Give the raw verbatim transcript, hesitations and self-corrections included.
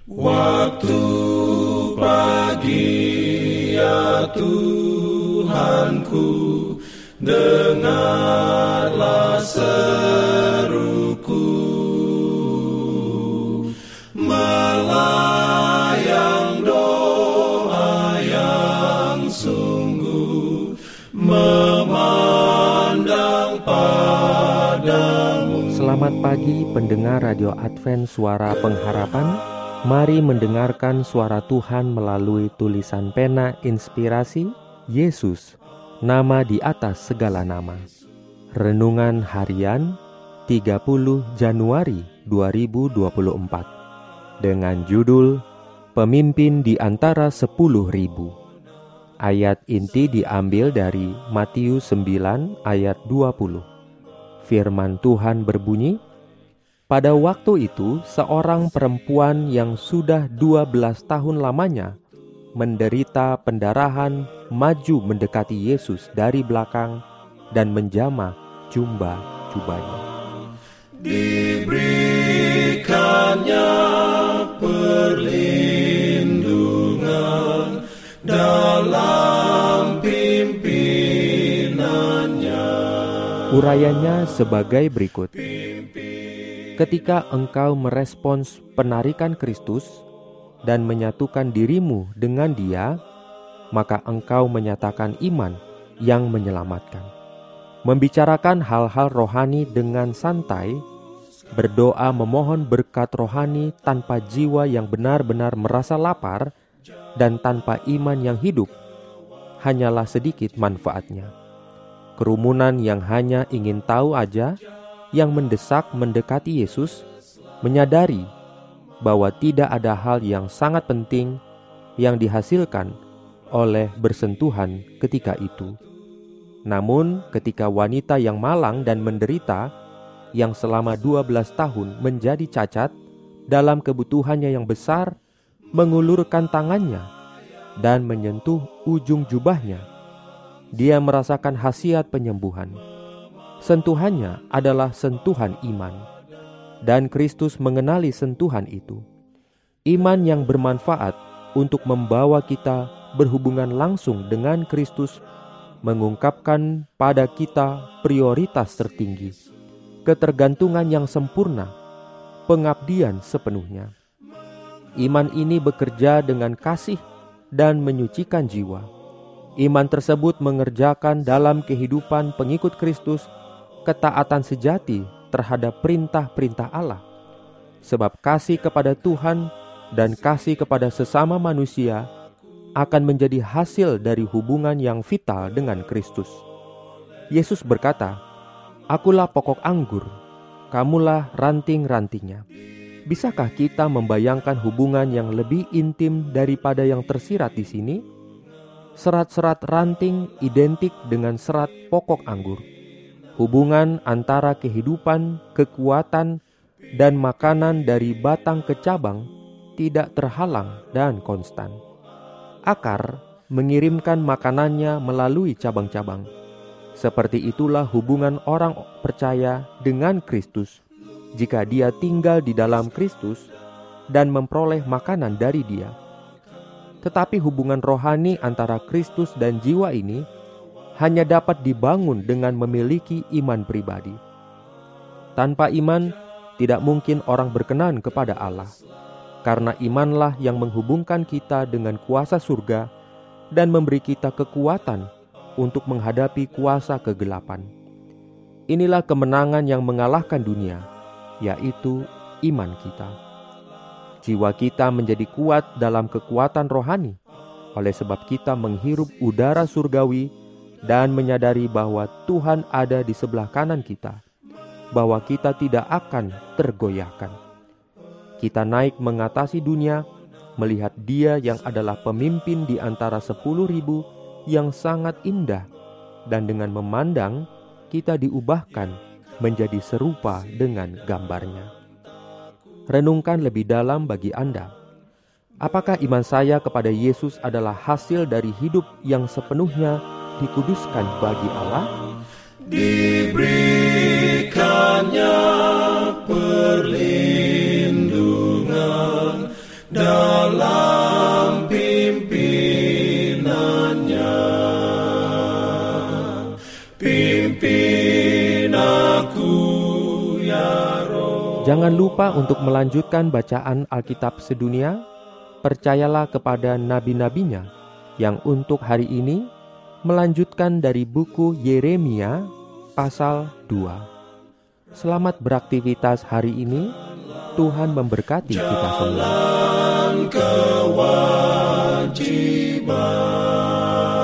Waktu pagi ya Tuhanku, dengarlah seruku, melayang doa yang sungguh, memandang padamu. Selamat pagi pendengar Radio Advent Suara Pengharapan. Mari mendengarkan suara Tuhan melalui tulisan pena inspirasi Yesus, nama di atas segala nama. Renungan harian tiga puluh Januari dua ribu dua puluh empat dengan judul Pemimpin di antara sepuluh ribu. Ayat inti diambil dari Matius sembilan ayat dua puluh. Firman Tuhan berbunyi, pada waktu itu seorang perempuan yang sudah dua belas tahun lamanya menderita pendarahan maju mendekati Yesus dari belakang dan menjamah jubah-jubahnya. Diberikannya perlindungan dalam pimpinannya. Urayanya sebagai berikut. Ketika engkau merespons penarikan Kristus dan menyatukan dirimu dengan Dia, maka engkau menyatakan iman yang menyelamatkan. Membicarakan hal-hal rohani dengan santai, berdoa memohon berkat rohani tanpa jiwa yang benar-benar merasa lapar dan tanpa iman yang hidup, hanyalah sedikit manfaatnya. Kerumunan yang hanya ingin tahu aja, yang mendesak mendekati Yesus, menyadari bahwa tidak ada hal yang sangat penting yang dihasilkan oleh bersentuhan ketika itu. Namun ketika wanita yang malang dan menderita, yang selama dua belas tahun menjadi cacat dalam kebutuhannya yang besar, mengulurkan tangannya dan menyentuh ujung jubahnya, dia merasakan khasiat penyembuhan. Sentuhannya adalah sentuhan iman, dan Kristus mengenali sentuhan itu. Iman yang bermanfaat untuk membawa kita berhubungan langsung dengan Kristus, mengungkapkan pada kita prioritas tertinggi, ketergantungan yang sempurna, pengabdian sepenuhnya. Iman ini bekerja dengan kasih dan menyucikan jiwa. Iman tersebut mengerjakan dalam kehidupan pengikut Kristus ketaatan sejati terhadap perintah-perintah Allah. Sebab kasih kepada Tuhan dan kasih kepada sesama manusia akan menjadi hasil dari hubungan yang vital dengan Kristus. Yesus berkata, "Akulah pokok anggur, kamulah ranting-rantingnya." Bisakah kita membayangkan hubungan yang lebih intim daripada yang tersirat di sini? Serat-serat ranting identik dengan serat pokok anggur. Hubungan antara kehidupan, kekuatan, dan makanan dari batang ke cabang tidak terhalang dan konstan. Akar mengirimkan makanannya melalui cabang-cabang. Seperti itulah hubungan orang percaya dengan Kristus jika dia tinggal di dalam Kristus dan memperoleh makanan dari Dia. Tetapi hubungan rohani antara Kristus dan jiwa ini hanya dapat dibangun dengan memiliki iman pribadi. Tanpa iman, tidak mungkin orang berkenan kepada Allah. Karena imanlah yang menghubungkan kita dengan kuasa surga dan memberi kita kekuatan untuk menghadapi kuasa kegelapan. Inilah kemenangan yang mengalahkan dunia, yaitu iman kita. Jiwa kita menjadi kuat dalam kekuatan rohani, oleh sebab kita menghirup udara surgawi dan menyadari bahwa Tuhan ada di sebelah kanan kita, bahwa kita tidak akan tergoyahkan. Kita naik mengatasi dunia, melihat Dia yang adalah pemimpin di antara sepuluh ribu yang sangat indah, dan dengan memandang, kita diubahkan menjadi serupa dengan gambarnya. Renungkan lebih dalam bagi Anda. Apakah iman saya kepada Yesus adalah hasil dari hidup yang sepenuhnya dikuduskan bagi Allah? Diberikannya perlindungan dalam pimpinannya. Pimpin aku ya Roh. Jangan lupa untuk melanjutkan bacaan Alkitab sedunia. Percayalah kepada nabi-nabinya yang untuk hari ini melanjutkan dari buku Yeremia pasal dua. Selamat beraktivitas hari ini. Tuhan memberkati kita semua. Jalan kewajiban.